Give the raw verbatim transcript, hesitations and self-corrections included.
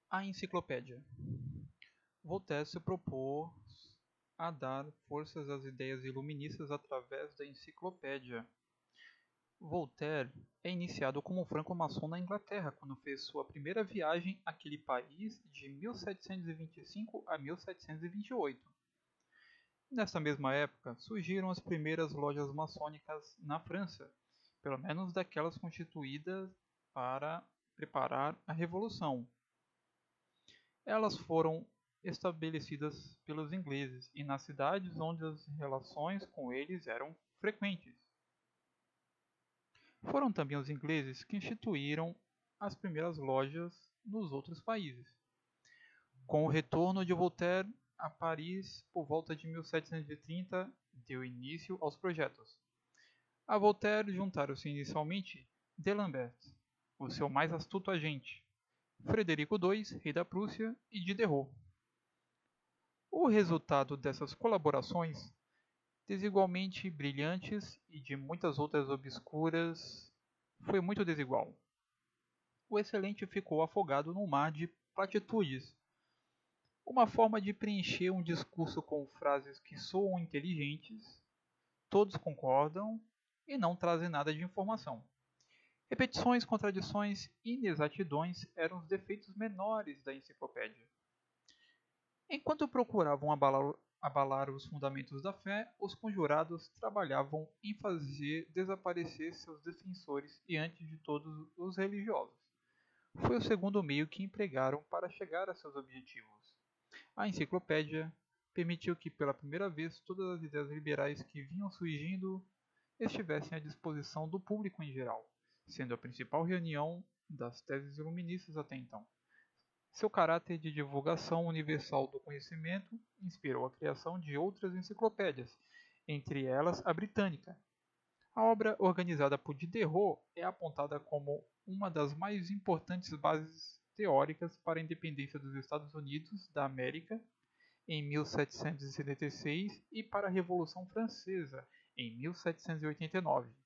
A enciclopédia. Voltaire se propôs a dar forças às ideias iluministas através da enciclopédia. Voltaire é iniciado como franco-maçom na Inglaterra quando fez sua primeira viagem àquele país de mil setecentos e vinte e cinco a mil setecentos e vinte e oito. Nesta mesma época, surgiram as primeiras lojas maçônicas na França, pelo menos daquelas constituídas para preparar a Revolução. Elas foram estabelecidas pelos ingleses e nas cidades onde as relações com eles eram frequentes. Foram também os ingleses que instituíram as primeiras lojas nos outros países. Com o retorno de Voltaire a Paris por volta de mil setecentos e trinta, deu início aos projetos. A Voltaire juntaram-se inicialmente D'Alembert, o seu mais astuto agente, Frederico dois, rei da Prússia, e Diderot. O resultado dessas colaborações, desigualmente brilhantes e de muitas outras obscuras, foi muito desigual. O excelente ficou afogado num mar de platitudes, uma forma de preencher um discurso com frases que soam inteligentes, todos concordam e não trazem nada de informação. Repetições, contradições e inexatidões eram os defeitos menores da enciclopédia. Enquanto procuravam abalar, abalar os fundamentos da fé, os conjurados trabalhavam em fazer desaparecer seus defensores e, antes de todos, os religiosos. Foi o segundo meio que empregaram para chegar a seus objetivos. A enciclopédia permitiu que, pela primeira vez, todas as ideias liberais que vinham surgindo estivessem à disposição do público em geral, sendo a principal reunião das teses iluministas até então. Seu caráter de divulgação universal do conhecimento inspirou a criação de outras enciclopédias, entre elas a britânica. A obra, organizada por Diderot, é apontada como uma das mais importantes bases teóricas para a independência dos Estados Unidos da América em mil setecentos e setenta e seis e para a Revolução Francesa em mil setecentos e oitenta e nove.